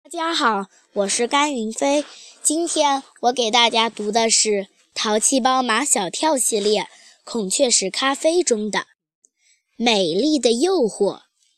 大家好，我是甘云飞。今天我给大家读的是《淘气包马小跳》系列《孔雀石咖啡》中的《美丽的诱惑》。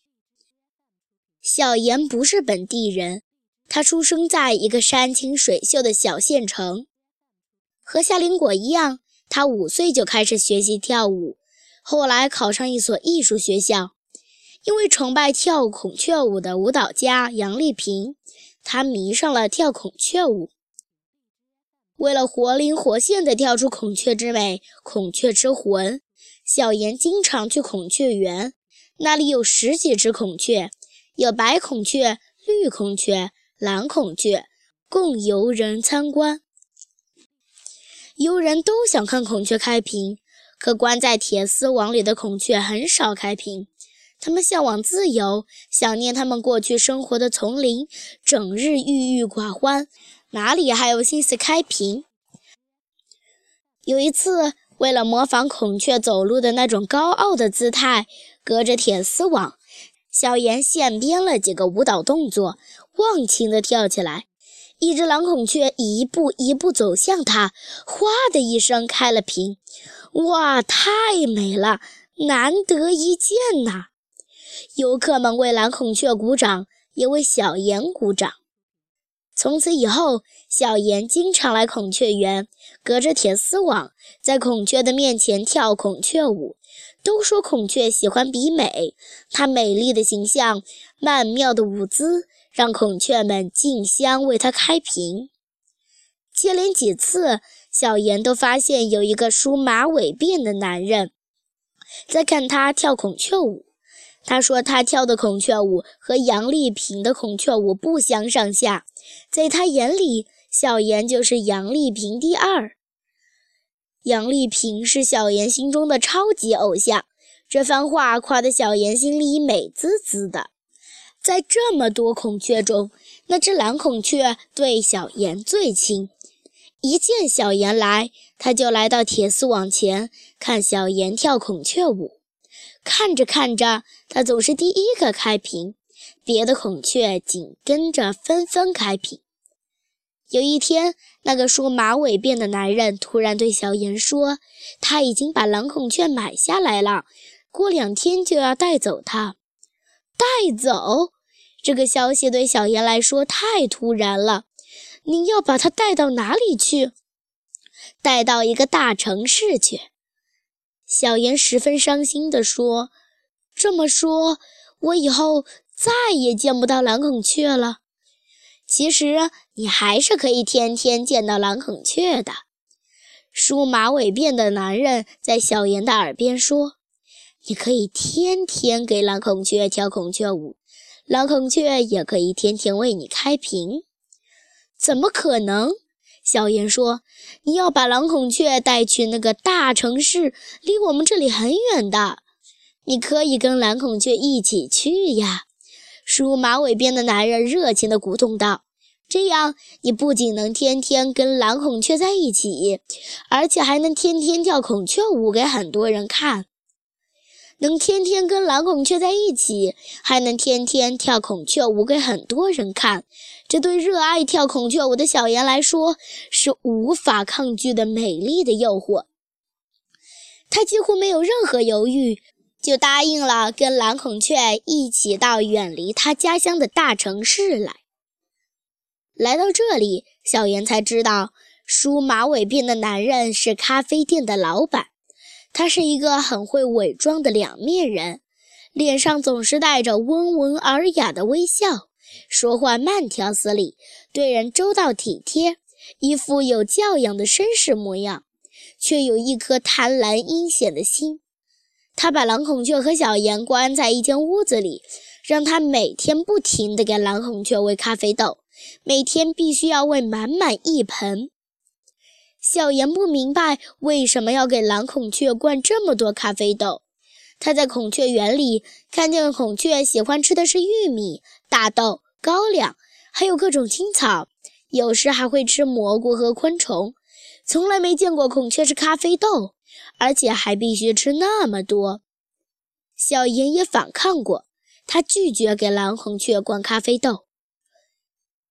小妍不是本地人，她出生在一个山清水秀的小县城。和夏林果一样，她5岁就开始学习跳舞，后来考上一所艺术学校。因为崇拜跳孔雀舞的舞蹈家杨丽萍，她迷上了跳孔雀舞。为了活灵活现地跳出孔雀之美，孔雀之魂，小妍经常去孔雀园，那里有10几只孔雀，有白孔雀、绿孔雀、蓝孔雀，供游人参观。游人都想看孔雀开屏，可关在铁丝网里的孔雀很少开屏。他们向往自由，想念他们过去生活的丛林，整日郁郁寡欢，哪里还有心思开屏？有一次，为了模仿孔雀走路的那种高傲的姿态，隔着铁丝网，小妍现编了几个舞蹈动作，忘情地跳起来。一只蓝孔雀一步一步走向它，哗的一声开了屏。哇，太美了，难得一见呐！游客们为蓝孔雀鼓掌，也为小妍鼓掌。从此以后，小妍经常来孔雀园，隔着铁丝网，在孔雀的面前跳孔雀舞。都说孔雀喜欢比美，它美丽的形象、曼妙的舞姿，让孔雀们竞相为它开屏。接连几次，小妍都发现有一个梳马尾辫的男人在看她跳孔雀舞。他说他跳的孔雀舞和杨丽萍的孔雀舞不相上下，在他眼里，小妍就是杨丽萍第2。杨丽萍是小妍心中的超级偶像，这番话夸得小妍心里美滋滋的。在这么多孔雀中，那只蓝孔雀对小妍最亲。一见小妍来，他就来到铁丝网前，看小妍跳孔雀舞。看着看着，他总是第一个开屏，别的孔雀紧跟着纷纷开屏。有一天，那个梳马尾辫的男人突然对小妍说，他已经把蓝孔雀买下来了，过2天就要带走它。带走？这个消息对小妍来说太突然了。你要把它带到哪里去？带到一个大城市去。小妍十分伤心地说，这么说，我以后再也见不到蓝孔雀了。其实你还是可以天天见到蓝孔雀的。梳马尾辫的男人在小妍的耳边说，你可以天天给蓝孔雀跳孔雀舞，蓝孔雀也可以天天为你开屏。怎么可能？小妍说，你要把蓝孔雀带去那个大城市，离我们这里很远的。你可以跟蓝孔雀一起去呀。梳马尾辫的男人热情地鼓动道，这样你不仅能天天跟蓝孔雀在一起，而且还能天天跳孔雀舞给很多人看。能天天跟蓝孔雀在一起，还能天天跳孔雀舞给很多人看，这对热爱跳孔雀舞的小妍来说是无法抗拒的美丽的诱惑。她几乎没有任何犹豫，就答应了跟蓝孔雀一起到远离她家乡的大城市来。来到这里，小妍才知道梳马尾辫的男人是咖啡店的老板。他是一个很会伪装的两面人，脸上总是带着温文尔雅的微笑，说话慢条斯理，对人周到体贴，一副有教养的绅士模样，却有一颗贪婪阴险的心。他把蓝孔雀和小妍关在一间屋子里，让他每天不停地给蓝孔雀喂咖啡豆，每天必须要喂满满1盆。小妍不明白为什么要给蓝孔雀灌这么多咖啡豆。她在孔雀园里看见孔雀喜欢吃的是玉米、大豆、高粱，还有各种青草，有时还会吃蘑菇和昆虫。从来没见过孔雀吃咖啡豆，而且还必须吃那么多。小妍也反抗过，她拒绝给蓝孔雀灌咖啡豆。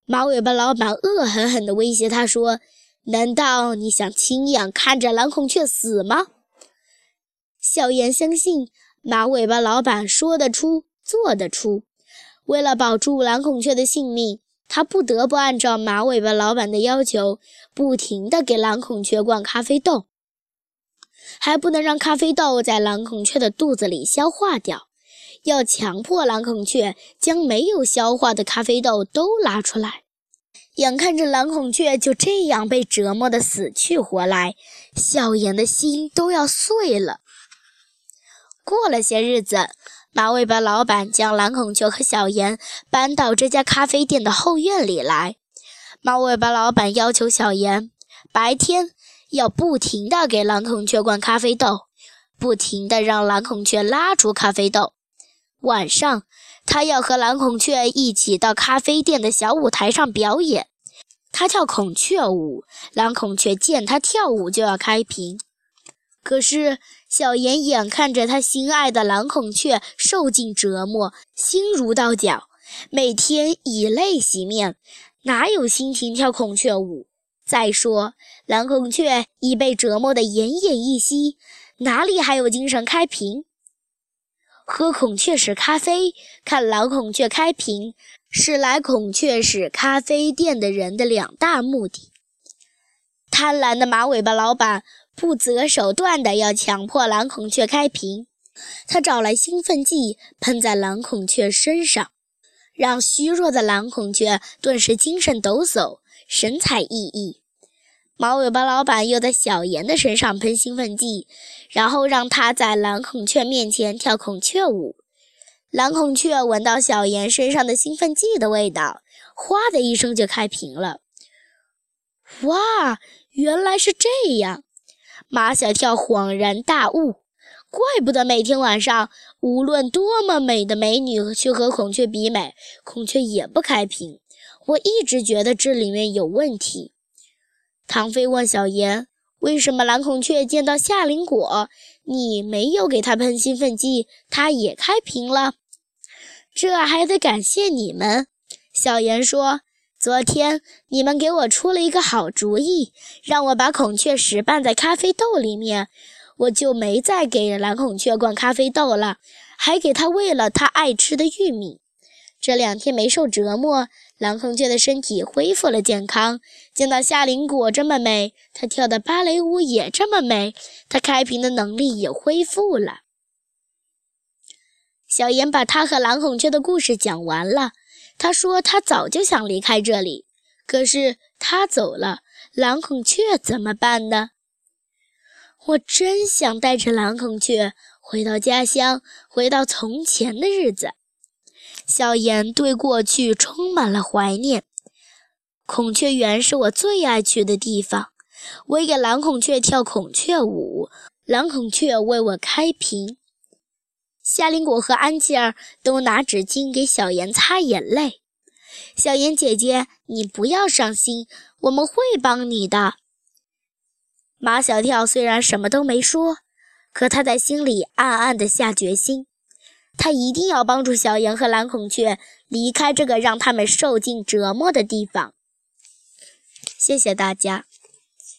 马尾巴老板恶狠狠地威胁他说：“难道你想亲眼看着蓝孔雀死吗？”小妍相信马尾巴老板说得出做得出，为了保住蓝孔雀的性命，他不得不按照马尾巴老板的要求，不停地给蓝孔雀灌咖啡豆，还不能让咖啡豆在蓝孔雀的肚子里消化掉，要强迫蓝孔雀将没有消化的咖啡豆都拉出来。眼看着蓝孔雀就这样被折磨得死去活来，小妍的心都要碎了。过了些日子，马尾巴老板将蓝孔雀和小妍搬到这家咖啡店的后院里来。马尾巴老板要求小妍白天要不停地给蓝孔雀灌咖啡豆，不停地让蓝孔雀拉出咖啡豆。晚上，他要和蓝孔雀一起到咖啡店的小舞台上表演。他跳孔雀舞，蓝孔雀见他跳舞就要开屏。可是小妍眼看着他心爱的蓝孔雀受尽折磨，心如刀绞，每天以泪洗面，哪有心情跳孔雀舞？再说，蓝孔雀已被折磨得奄奄一息，哪里还有精神开屏？喝孔雀石咖啡，看蓝孔雀开屏，是来孔雀石咖啡店的人的两大目的。贪婪的马尾巴老板不择手段地要强迫蓝孔雀开屏，他找来兴奋剂喷在蓝孔雀身上，让虚弱的蓝孔雀顿时精神抖擞，神采奕奕。马尾巴老板又在小妍的身上喷兴奋剂，然后让他在蓝孔雀面前跳孔雀舞。蓝孔雀闻到小妍身上的兴奋剂的味道，哗的一声就开屏了。哇，原来是这样！马小跳恍然大悟，怪不得每天晚上无论多么美的美女去和孔雀比美，孔雀也不开屏。我一直觉得这里面有问题。唐飞问小妍，为什么蓝孔雀见到夏林果，你没有给他喷兴奋剂，他也开屏了？这还得感谢你们。小妍说，昨天你们给我出了一个好主意，让我把孔雀石拌在咖啡豆里面，我就没再给蓝孔雀灌咖啡豆了，还给他喂了他爱吃的玉米。这2天没受折磨，蓝孔雀的身体恢复了健康，见到夏林果这么美，她跳的芭蕾舞也这么美，她开屏的能力也恢复了。小妍把她和蓝孔雀的故事讲完了，她说她早就想离开这里，可是她走了，蓝孔雀怎么办呢？我真想带着蓝孔雀回到家乡，回到从前的日子。小妍对过去充满了怀念。孔雀园是我最爱去的地方，我给蓝孔雀跳孔雀舞，蓝孔雀为我开屏。夏林果和安琪儿都拿纸巾给小妍擦眼泪。小妍姐姐，你不要伤心，我们会帮你的。马小跳虽然什么都没说，可他在心里暗暗地下决心，他一定要帮助小妍和蓝孔雀离开这个让他们受尽折磨的地方。谢谢大家。